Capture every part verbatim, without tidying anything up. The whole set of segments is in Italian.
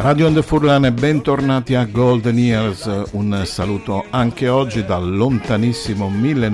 Radio Onda Furlane, bentornati a Golden Years, un saluto anche oggi dal lontanissimo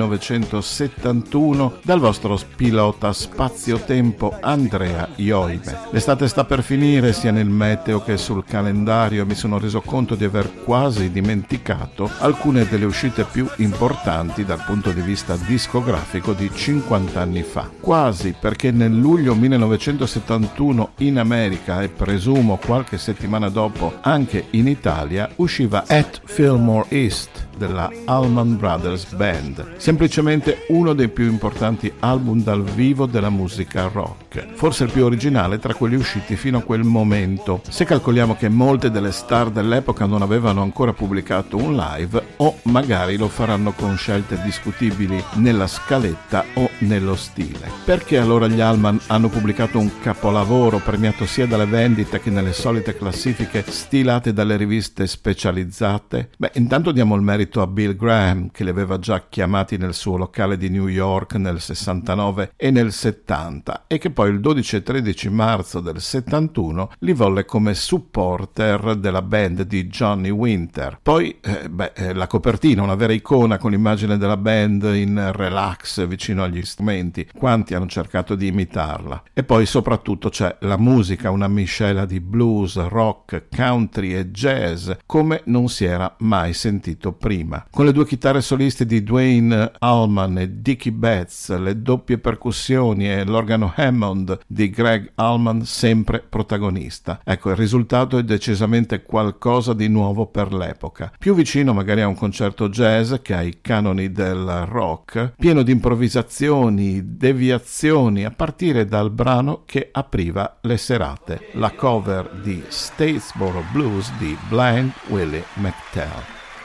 millenovecentosettantuno dal vostro pilota spazio-tempo Andrea Ioime. L'estate sta per finire sia nel meteo che sul calendario e mi sono reso conto di aver quasi dimenticato alcune delle uscite più importanti dal punto di vista discografico di cinquanta anni fa. Quasi, perché nel luglio millenovecentosettantuno in America e presumo qualche settimana dopo anche in Italia usciva At Fillmore East della Allman Brothers Band, semplicemente uno dei più importanti album dal vivo della musica rock, forse il più originale tra quelli usciti fino a quel momento, se calcoliamo che molte delle star dell'epoca non avevano ancora pubblicato un live o magari lo faranno con scelte discutibili nella scaletta o nello stile. Perché allora gli Allman hanno pubblicato un capolavoro premiato sia dalle vendite che nelle solite classifiche stilate dalle riviste specializzate? Beh, intanto diamo il merito a Bill Graham, che li aveva già chiamati nel suo locale di New York nel sessantanove e nel settanta e che poi il dodici e tredici marzo del settantuno li volle come supporter della band di Johnny Winter. Poi eh, beh, la copertina, una vera icona con l'immagine della band in relax vicino agli strumenti, quanti hanno cercato di imitarla. E poi soprattutto c'è la musica, una miscela di blues, rock, country e jazz come non si era mai sentito prima. Con le due chitarre soliste di Duane Allman e Dickie Betts, le doppie percussioni e l'organo Hammond di Greg Allman sempre protagonista. Ecco, il risultato è decisamente qualcosa di nuovo per l'epoca, più vicino magari a un concerto jazz che ai canoni del rock, pieno di improvvisazioni, deviazioni, a partire dal brano che apriva le serate, la cover di Statesboro Blues di Blind Willie McTell.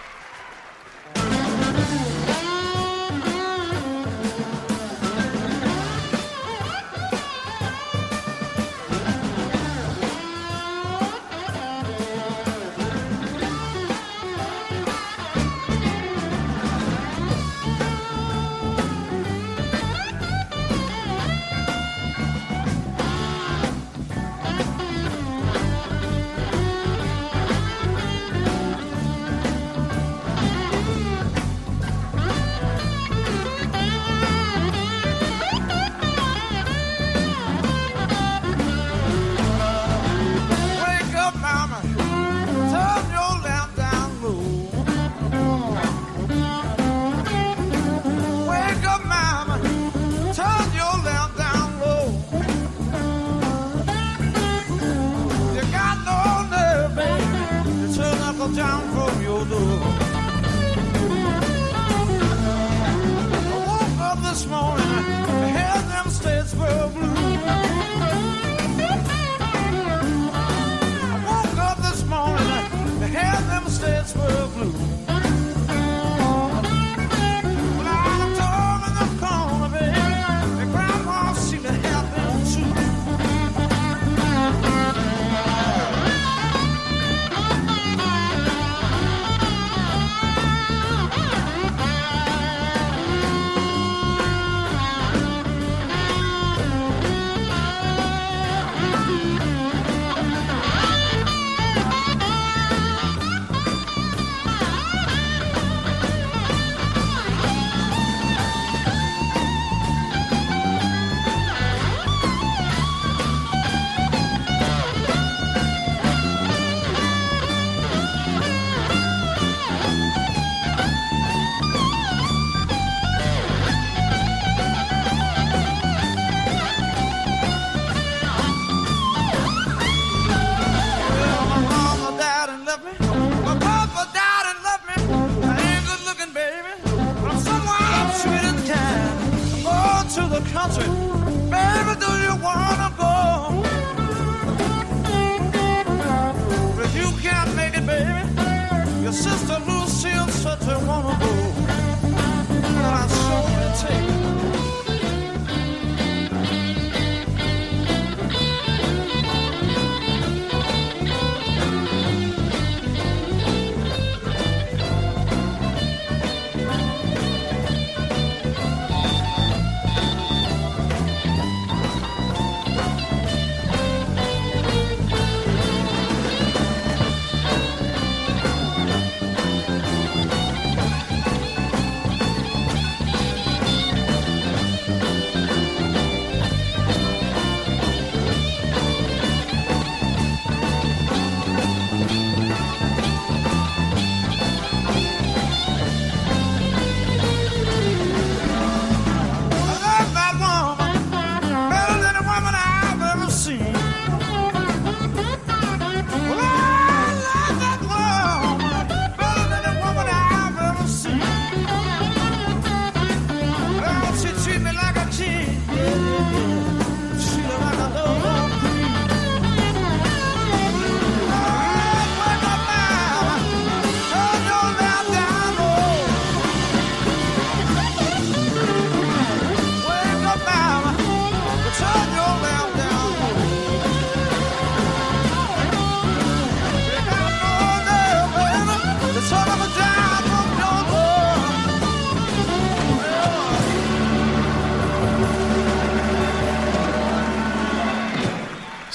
Down from your door. I woke up this morning, I had them Statesboro blues. I woke up this morning, I had them Statesboro blues. Well, I looked over in the corner, baby, and Grandma seemed to have them too.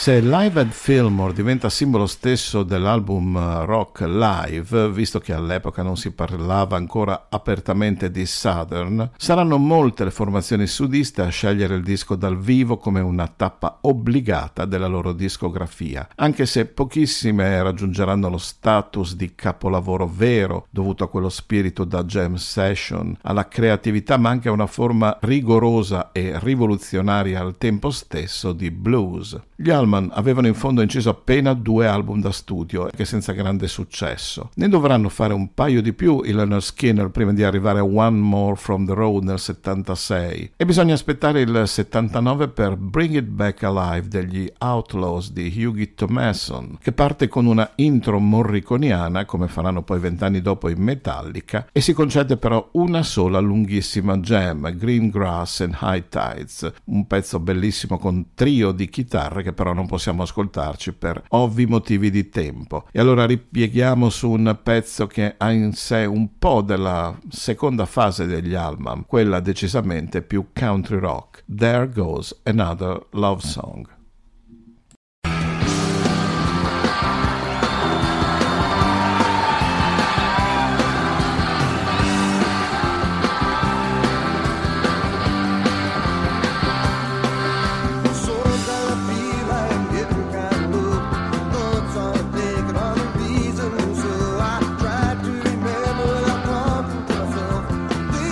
Se Live at Fillmore diventa simbolo stesso dell'album rock live, visto che all'epoca non si parlava ancora apertamente di Southern, saranno molte le formazioni sudiste a scegliere il disco dal vivo come una tappa obbligata della loro discografia, anche se pochissime raggiungeranno lo status di capolavoro vero, dovuto a quello spirito da jam session, alla creatività ma anche a una forma rigorosa e rivoluzionaria al tempo stesso di blues. Gli Allman avevano in fondo inciso appena due album da studio, che senza grande successo. Ne dovranno fare un paio di più i Lynyrd Skynyrd prima di arrivare a One More from the Road nel settantasei, e bisogna aspettare il settantanove per Bring It Back Alive degli Outlaws di Hughie Thomasson, che parte con una intro morriconiana, come faranno poi vent'anni dopo in Metallica, e si concede però una sola lunghissima jam, Green Grass and High Tides, un pezzo bellissimo con trio di chitarre che però non possiamo ascoltarci per ovvi motivi di tempo. E allora ripieghiamo su un pezzo che ha in sé un po' della seconda fase degli Allman, quella decisamente più country rock. There Goes Another Love Song.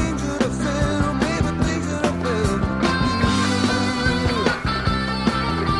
Things that I felt, maybe things that I felt.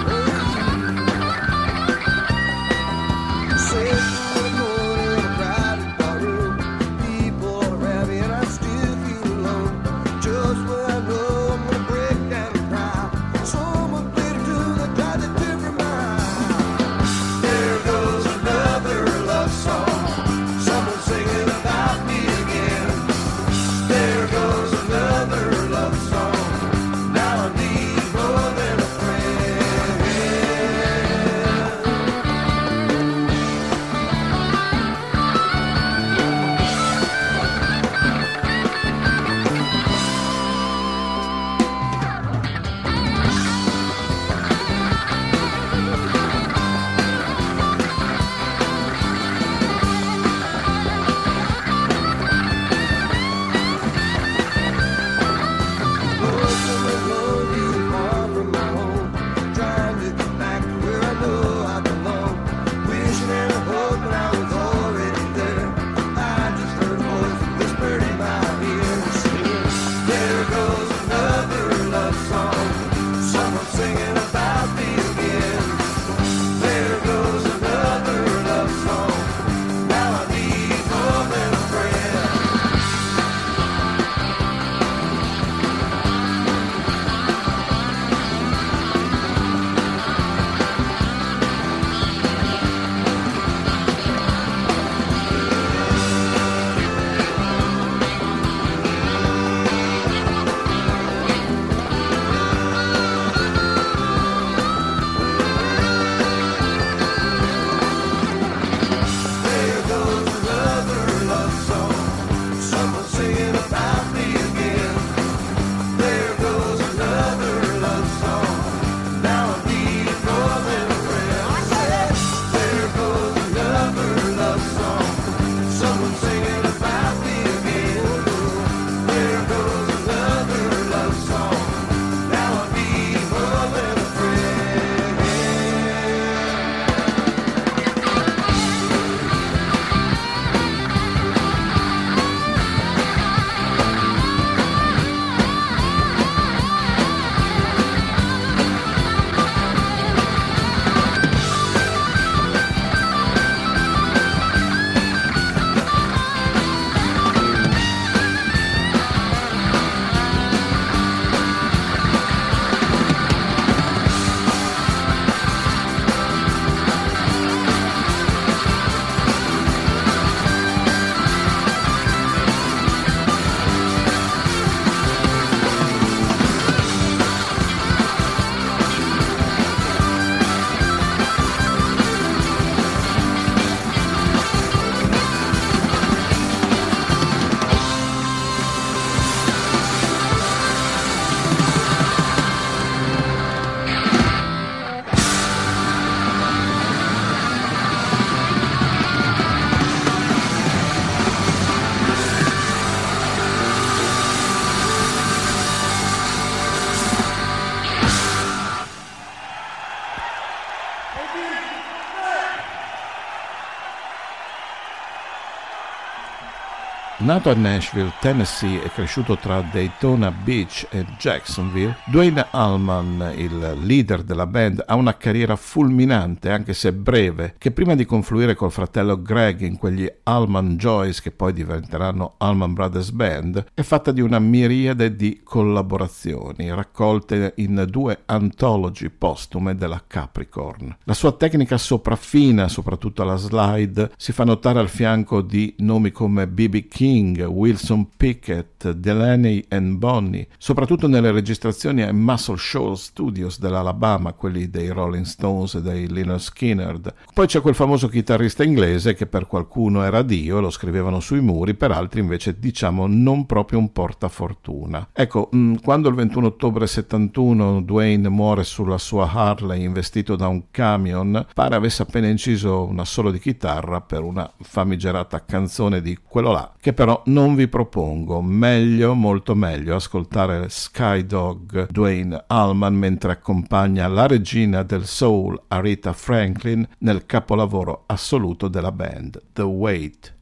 Nato a Nashville, Tennessee e cresciuto tra Daytona Beach e Jacksonville, Duane Allman, il leader della band, ha una carriera fulminante, anche se breve, che prima di confluire col fratello Greg in quegli Allman Joyce, che poi diventeranno Allman Brothers Band, è fatta di una miriade di collaborazioni, raccolte in due anthology postume della Capricorn. La sua tecnica sopraffina, soprattutto alla slide, si fa notare al fianco di nomi come B B King, Wilson Pickett, Delaney and Bonnie, soprattutto nelle registrazioni ai Muscle Shoals Studios dell'Alabama, quelli dei Rolling Stones e dei Lynyrd Skynyrd. Poi c'è quel famoso chitarrista inglese che per qualcuno era Dio, lo scrivevano sui muri, per altri invece diciamo non proprio un portafortuna. Ecco, quando il ventuno ottobre settantuno Duane muore sulla sua Harley investito da un camion, pare avesse appena inciso un assolo di chitarra per una famigerata canzone di quello là, che però non vi propongo. Meglio, molto meglio, ascoltare Sky Dog Duane Allman mentre accompagna la regina del soul Aretha Franklin nel capolavoro assoluto della band, The Wait.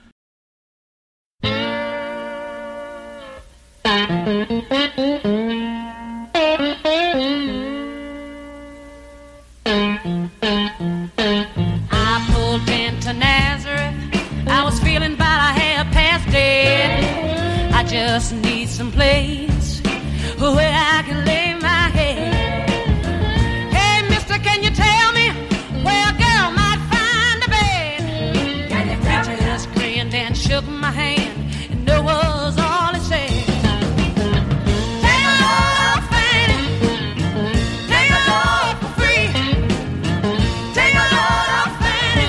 I pulled into Nazareth. I was feeling about a half past dead. I just need some place where I can lay my head. Hey, mister, can you tell me where a girl might find a bed? Can you tell me? He just grinned and shook my hand, and no was all he said. Take a load, Fanny. Take a load for free. Take a load, Fanny.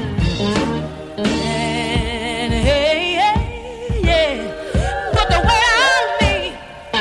And hey, hey, yeah, put the weight on me.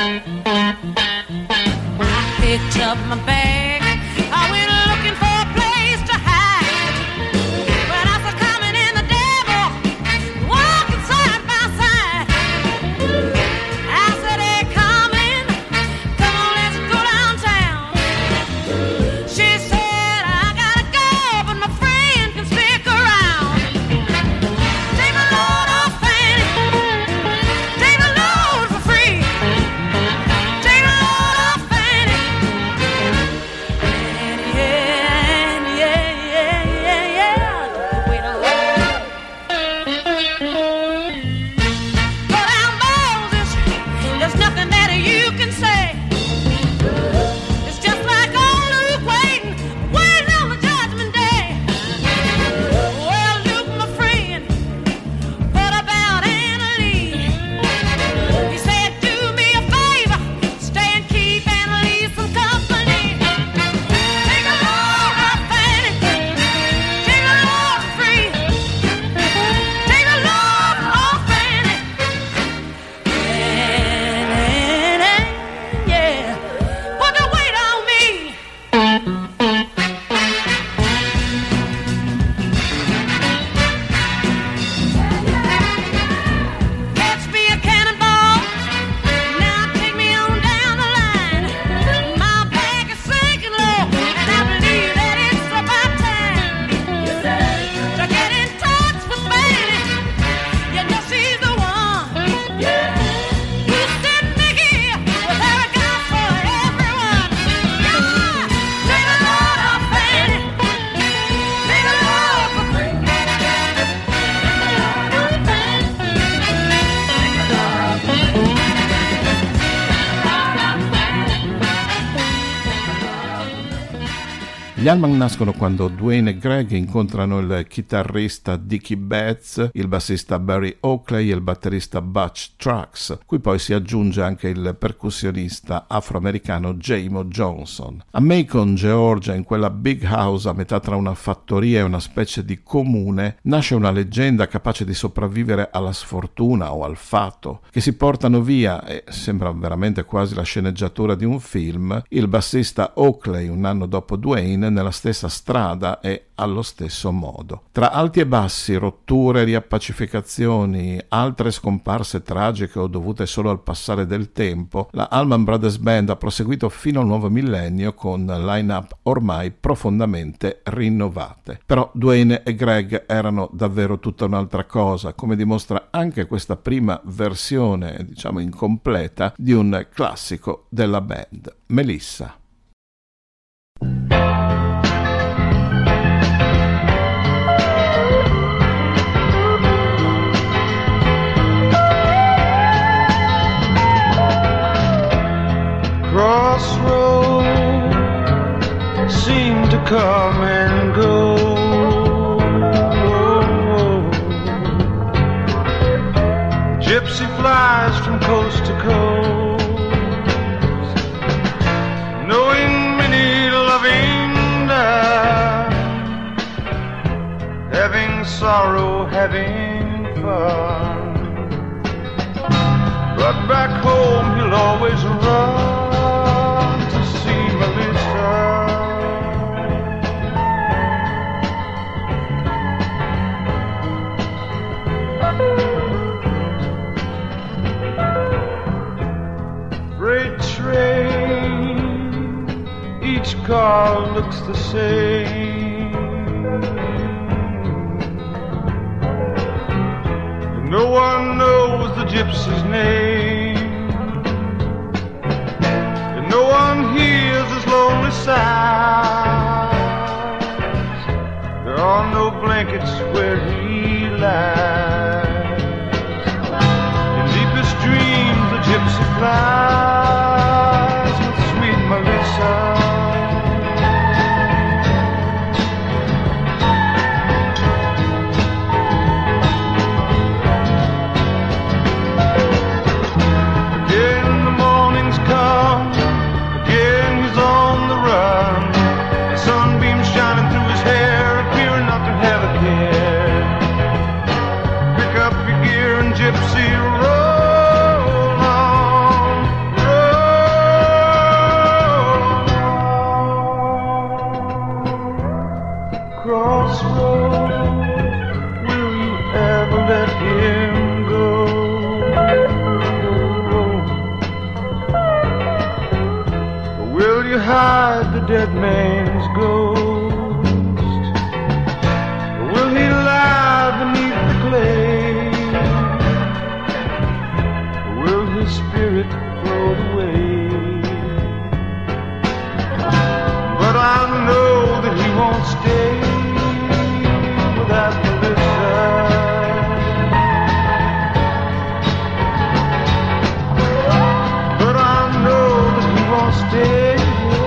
I picked up my bag. I went looking for a place to hide. When I saw coming in the devil, walking side by side, I said, hey, coming, come on, let's go downtown. She said, I gotta go, but my friend can stick around. Take a load off, Fanny. Take a load for free. Take a load off, Fanny. And yeah, yeah, yeah, yeah, yeah. Wait a minute. Go down, Moses. There's nothing that you can say. It's just like old Luke waiting, waiting on the judgment day. Well, Luke, my friend, what about Anna Lee? He said, do me a favor, stay and keep Anna Lee some company. Take a load off, Fanny. Take a load free. Take a load off, Fanny. And, and, yeah, put the weight on me. Catch me a cannonball. Now take me on down the line. My bag is sinking low, and I believe that it's about time to get in touch with Fanny. You know she's the one who sent me here with her gun for everyone. Yeah, take a load off, Fanny. Take a load for free. Gli Allman nascono quando Duane e Greg incontrano il chitarrista Dickie Betts, il bassista Barry Oakley e il batterista Butch Trucks, cui poi si aggiunge anche il percussionista afroamericano Jamo Johnson. A Macon, Georgia, in quella big house a metà tra una fattoria e una specie di comune, nasce una leggenda capace di sopravvivere alla sfortuna o al fato, che si portano via, e sembra veramente quasi la sceneggiatura di un film, il bassista Oakley un anno dopo Duane nella stessa strada e allo stesso modo. Tra alti e bassi, rotture, riappacificazioni, altre scomparse tragiche o dovute solo al passare del tempo, la Allman Brothers Band ha proseguito fino al nuovo millennio con line-up ormai profondamente rinnovate. Però Duane e Greg erano davvero tutta un'altra cosa, come dimostra anche questa prima versione, diciamo incompleta, di un classico della band, Melissa. Crossroads seem to come and go. Gypsy flies from coast to coast, knowing many loving die, having sorrow, having fun. But back home he'll always run to see Melissa. Freight train, each car looks the same, and no one knows the gypsy's name, and no one hears his lonely sighs. There are no blankets where he lies. In deepest dreams the gypsy flies with sweet Melissa. Hide the dead man's ghost, or will he lie beneath the clay, or will his spirit float away? But I know that he won't stay without Melissa. But I know that he won't stay.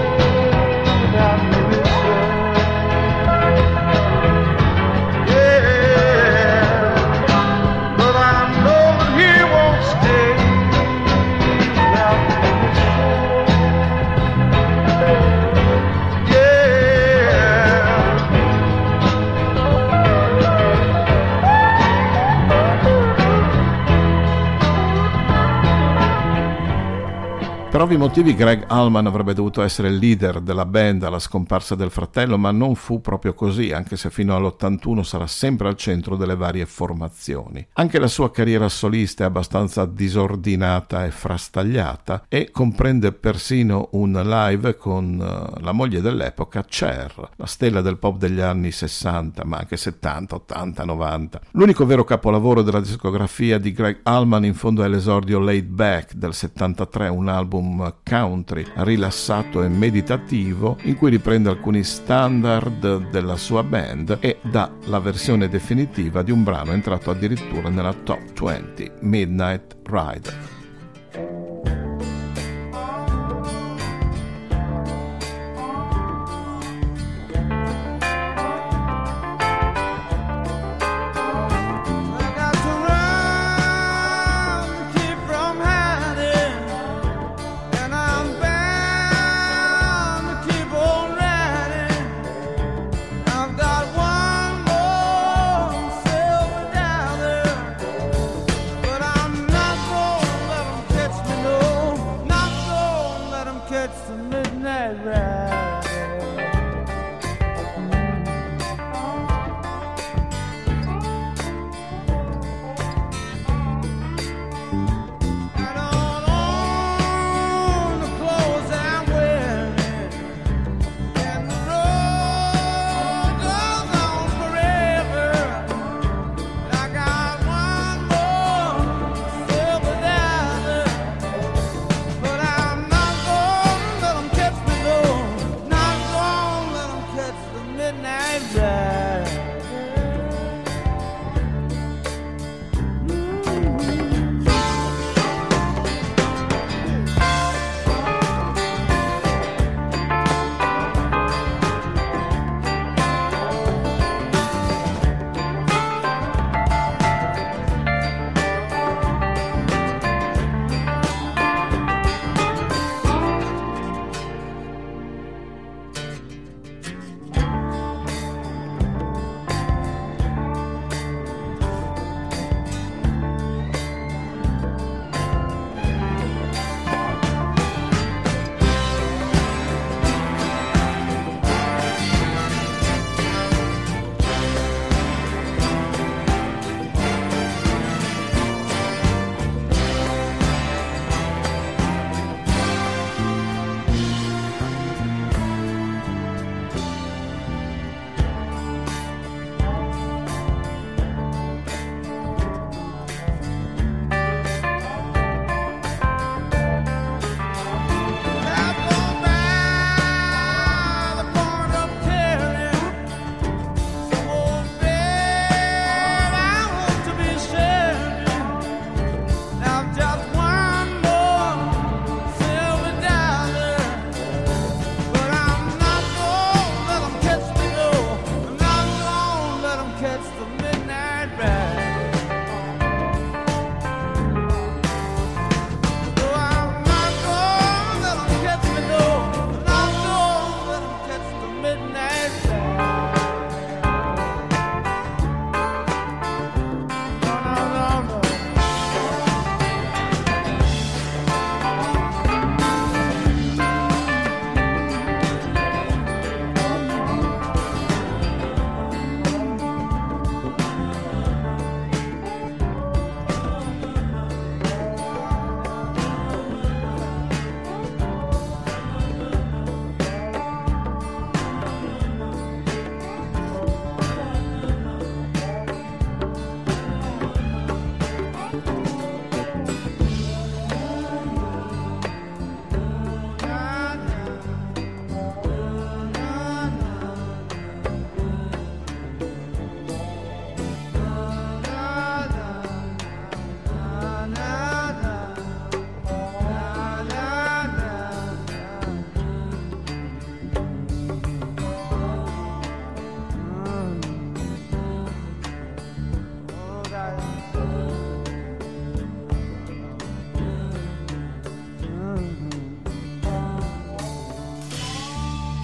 Per ovvi motivi Greg Allman avrebbe dovuto essere il leader della band alla scomparsa del fratello, ma non fu proprio così, anche se fino all'ottantuno sarà sempre al centro delle varie formazioni. Anche la sua carriera solista è abbastanza disordinata e frastagliata e comprende persino un live con la moglie dell'epoca, Cher, la stella del pop degli anni sessanta, ma anche settanta, ottanta, novanta. L'unico vero capolavoro della discografia di Greg Allman in fondo è l'esordio Laid Back del settantatré, un album country rilassato e meditativo in cui riprende alcuni standard della sua band e dà la versione definitiva di un brano entrato addirittura nella top venti, Midnight Rider. But I'm not gonna let 'em catch me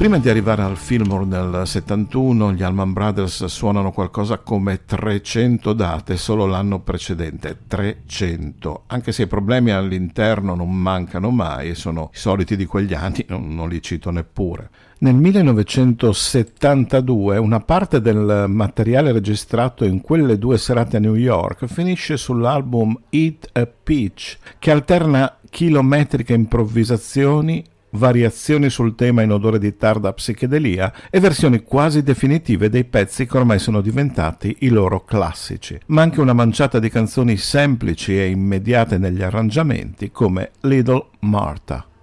Prima di arrivare al Fillmore nel settantuno, gli Allman Brothers suonano qualcosa come trecento date solo l'anno precedente, trecento, anche se i problemi all'interno non mancano mai e sono i soliti di quegli anni, non, non li cito neppure. Nel millenovecentosettantadue una parte del materiale registrato in quelle due serate a New York finisce sull'album Eat a Peach, che alterna chilometriche improvvisazioni, variazioni sul tema in odore di tarda psichedelia e versioni quasi definitive dei pezzi che ormai sono diventati i loro classici, ma anche una manciata di canzoni semplici e immediate negli arrangiamenti come Little Martha.